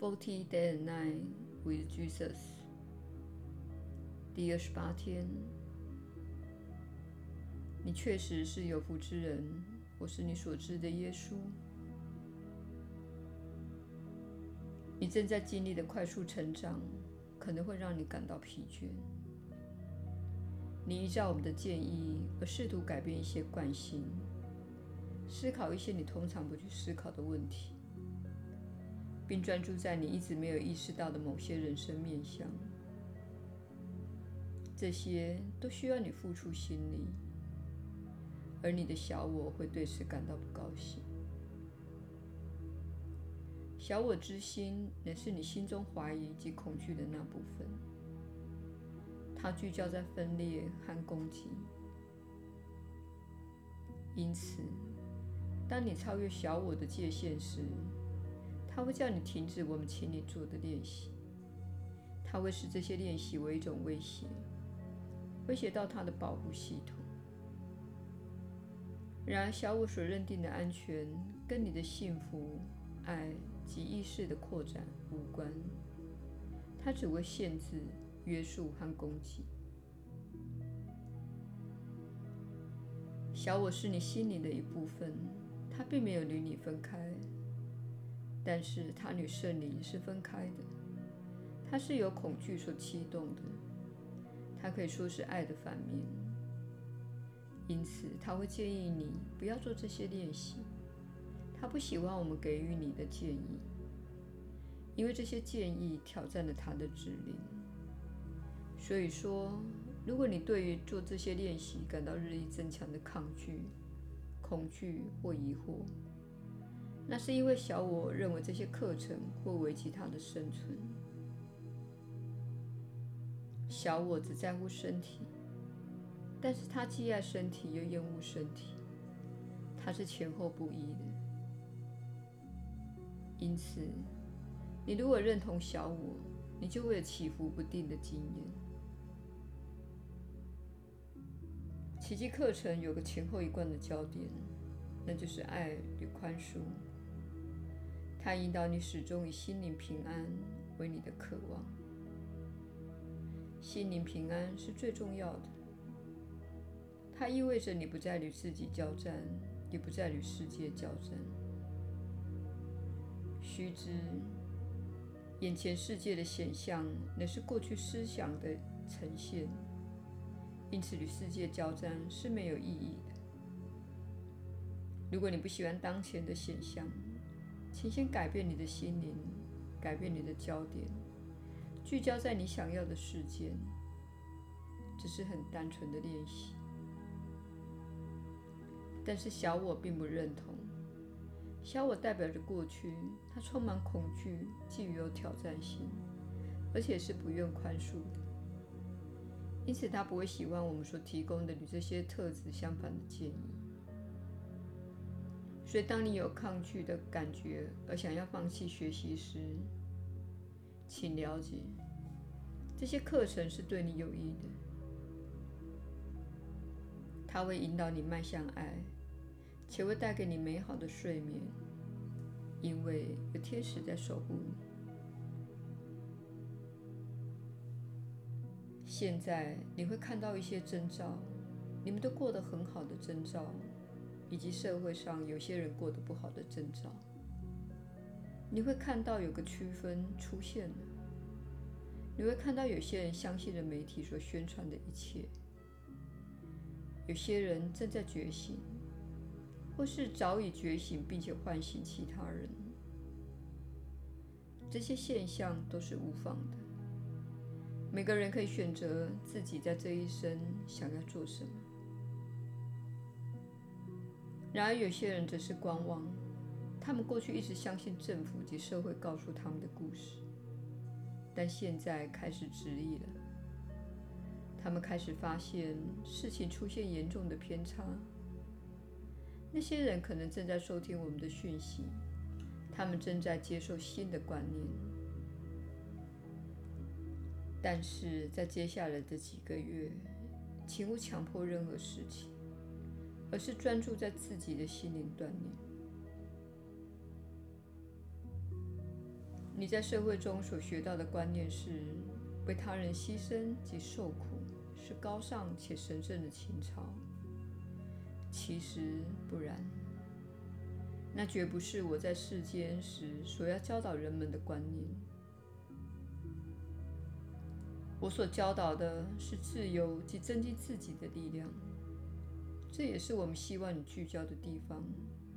40 Day and Night with Jesus 第28天，你确实是有福之人，我是你所知的耶稣。你正在经历的快速成长，可能会让你感到疲倦。你依照我们的建议而试图改变一些惯性，思考一些你通常不去思考的问题，并专注在你一直没有意识到的某些人生面向。这些都需要你付出心力，而你的小我会对此感到不高兴。小我之心乃是你心中怀疑及恐惧的那部分，它聚焦在分裂和攻击。因此，当你超越小我的界限时，它会叫你停止我们请你做的练习。它会视这些练习为一种威胁，威胁到它的保护系统。然而，小我所认定的安全跟你的幸福、爱及意识的扩展无关，它只会限制、约束和攻击。小我是你心灵的一部分，它并没有与你分开，但是它与圣灵是分开的。它是由恐惧所驱动的，它可以说是爱的反面。因此，它会建议你不要做这些练习。它不喜欢我们给予你的建议，因为这些建议挑战了它的指令。所以说，如果你对于做这些练习感到日益增强的抗拒、恐惧或疑惑，那是因为小我认为这些课程会危及它的生存。小我只在乎身体，但是它既爱身体又厌恶身体，它是前后不一的。因此，你如果认同小我，你就会有起伏不定的经验。奇迹课程有个前后一贯的焦点，那就是爱与宽恕。它引导你始终以心灵平安为你的渴望。心灵平安是最重要的，它意味着你不再与自己交战，也不再与世界交战。须知，眼前世界的显象乃是过去思想的呈现，因此与世界交战是没有意义的。如果你不喜欢当前的显象，请先改变你的心灵，改变你的焦点，聚焦在你想要的事件。这是很单纯的练习。但是小我并不认同。小我代表着过去，它充满恐惧，既有挑战性，而且是不愿宽恕的。因此，它不会喜欢我们所提供的与这些特质相反的建议。所以，当你有抗拒的感觉而想要放弃学习时，请了解，这些课程是对你有益的。它会引导你迈向爱，且会带给你美好的睡眠，因为有天使在守护你。现在你会看到一些征兆，你们都过得很好的征兆，以及社会上有些人过得不好的征兆。你会看到有个区分出现了，你会看到有些人相信了媒体所宣传的一切，有些人正在觉醒，或是早已觉醒并且唤醒其他人。这些现象都是无妨的。每个人可以选择自己在这一生想要做什么。然而，有些人则是观望，他们过去一直相信政府及社会告诉他们的故事，但现在开始直立了。他们开始发现事情出现严重的偏差。那些人可能正在收听我们的讯息，他们正在接受新的观念。但是在接下来的几个月，请勿强迫任何事情，而是专注在自己的心灵锻炼。 你在社会中所学到的观念是，为他人牺牲及受苦是高尚且神圣的情操。其实不然，那绝不是我在世间时所要教导人们的观念。我所教导的是自由及增进自己的力量，这也是我们希望你聚焦的地方。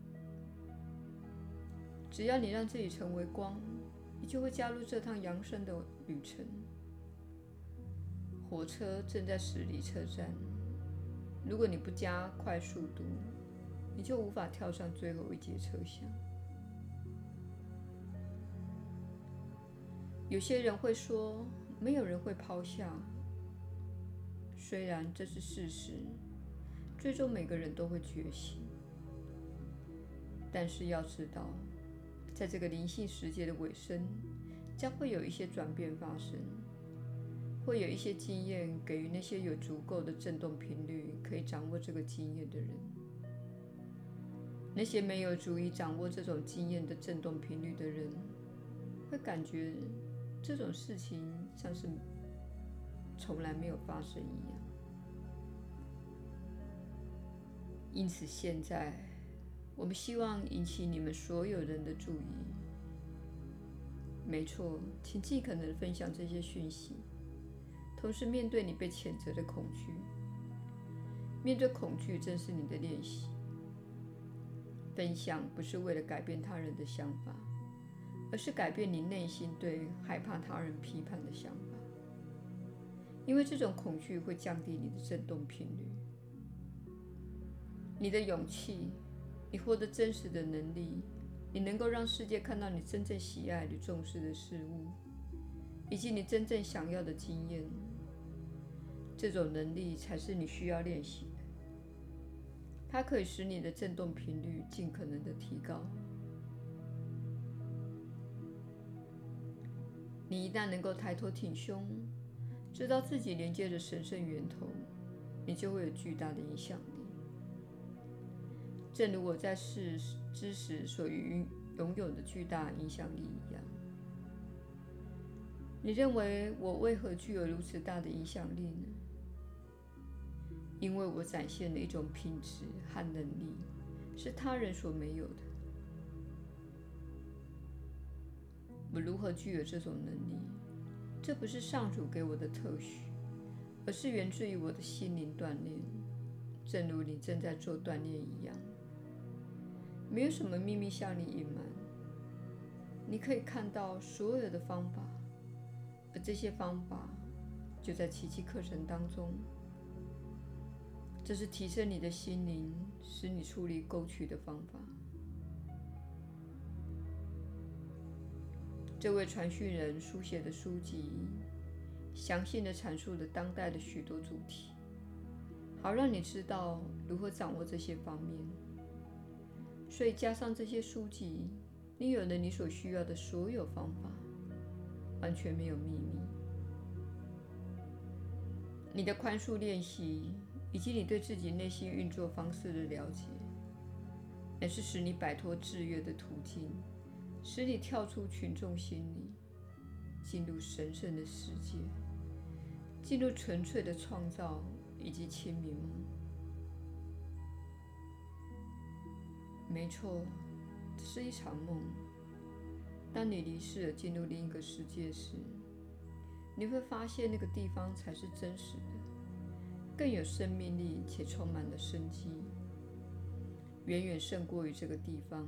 只要你让自己成为光，你就会加入这趟扬升的旅程。火车正在驶离车站，如果你不加快速度，你就无法跳上最后一节车厢。有些人会说，没有人会抛下。虽然这是事实，最终每个人都会觉醒。但是要知道，在这个灵性世界的尾声，将会有一些转变发生，会有一些经验给予那些有足够的振动频率可以掌握这个经验的人。那些没有足以掌握这种经验的振动频率的人，会感觉这种事情像是从来没有发生一样。因此现在，我们希望引起你们所有人的注意。没错，请尽可能地分享这些讯息，同时面对你被谴责的恐惧。面对恐惧正是你的练习。分享不是为了改变他人的想法，而是改变你内心对害怕他人批判的想法。因为这种恐惧会降低你的振动频率。你的勇气，你获得真实的能力，你能够让世界看到你真正喜爱与重视的事物，以及你真正想要的经验。这种能力才是你需要练习的。它可以使你的振动频率尽可能的提高。你一旦能够抬头挺胸，知道自己连接着神圣源头，你就会有巨大的影响力。正如我在世之时所拥有的巨大影响力一样。你认为我为何具有如此大的影响力呢？因为我展现了一种品质和能力，是他人所没有的。我如何具有这种能力？这不是上主给我的特许，而是源自于我的心灵锻炼，正如你正在做锻炼一样。没有什么秘密向你隐瞒，你可以看到所有的方法，而这些方法就在奇迹课程当中。这是提升你的心灵，使你处理沟渠的方法。这位传讯人书写的书籍，详细地阐述了当代的许多主题，好让你知道如何掌握这些方面。所以加上这些书籍，你有了你所需要的所有方法，完全没有秘密。你的宽恕练习，以及你对自己内心运作方式的了解，乃是使你摆脱制约的途径，使你跳出群众心理，进入神圣的世界，进入纯粹的创造以及清明梦。没错，这是一场梦。当你离世而进入另一个世界时，你会发现那个地方才是真实的，更有生命力且充满了生机，远远胜过于这个地方。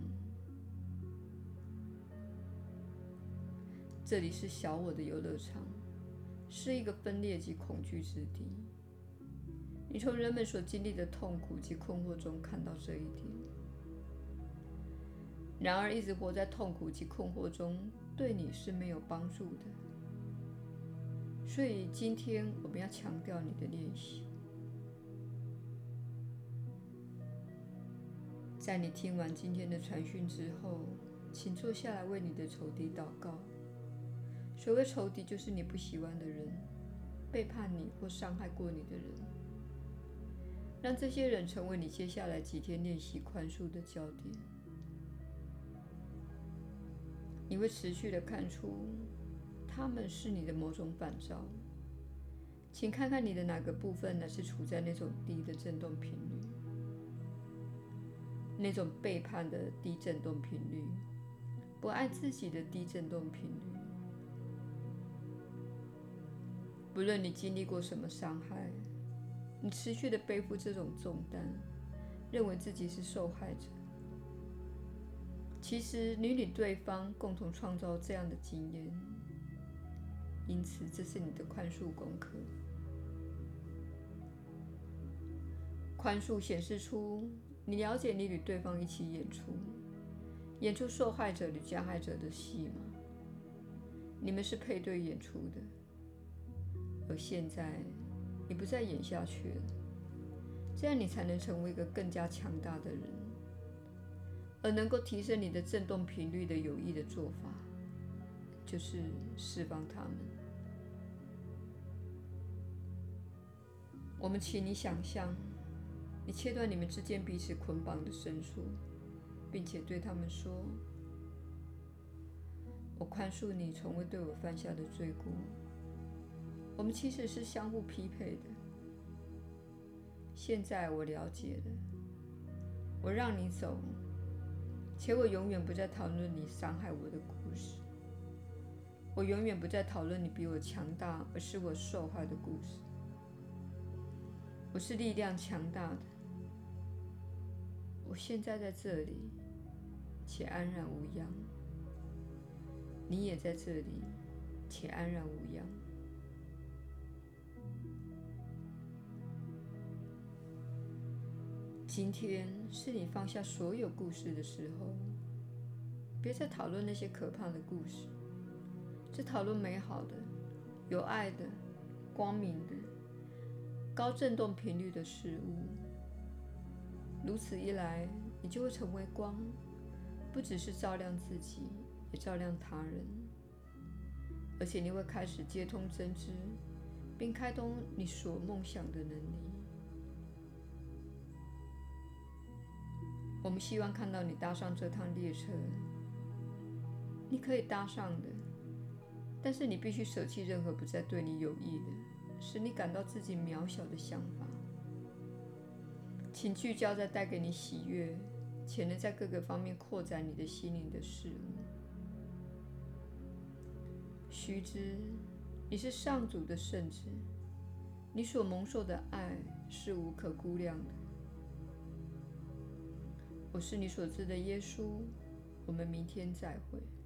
这里是小我的游乐场，是一个分裂及恐惧之地。你从人们所经历的痛苦及困惑中看到这一点。然而，一直活在痛苦及困惑中，对你是没有帮助的。所以，今天我们要强调你的练习。在你听完今天的传讯之后，请坐下来为你的仇敌祷告。所谓仇敌，就是你不喜欢的人，背叛你或伤害过你的人。让这些人成为你接下来几天练习宽恕的焦点。 你会持续地看出，它们是你的某种反照。请看看你的哪个部分呢是处在那种低的振动频率，那种背叛的低振动频率，不爱自己的低振动频率。不论你经历过什么伤害，你持续地背负这种重担，认为自己是受害者。其实你与对方共同创造这样的经验，因此这是你的宽恕功课。宽恕显示出你了解你与对方一起演出受害者与加害者的戏码，你们是配对演出的。而现在你不再演下去了，这样你才能成为一个更加强大的人。而能够提升你的振动频率的有益的做法，就是释放它们。我们请你想象，你切断你们之间彼此捆绑的绳索，并且对他们说：“我宽恕你从未对我犯下的罪过。我们其实是相互匹配的。现在我了解了，我让你走，且我永远不再讨论你伤害我的故事。我永远不再讨论你比我强大而使我受害的故事。我是力量强大的。我现在在这里，且安然无恙。你也在这里，且安然无恙。”今天是你放下所有故事的时候，别再讨论那些可怕的故事，只讨论美好的、有爱的、光明的、高振动频率的事物。如此一来，你就会成为光，不只是照亮自己，也照亮他人。而且你会开始接通真知，并开通你所梦想的能力。我们希望看到你搭上这趟列车。你可以搭上的，但是你必须舍弃任何不再对你有益的、使你感到自己渺小的想法。请聚焦在带给你喜悦且能在各个方面扩展你的心灵的事物。须知，你是上主的圣子，你所蒙受的爱是无可估量的。我是你所知的耶稣，我们明天再会。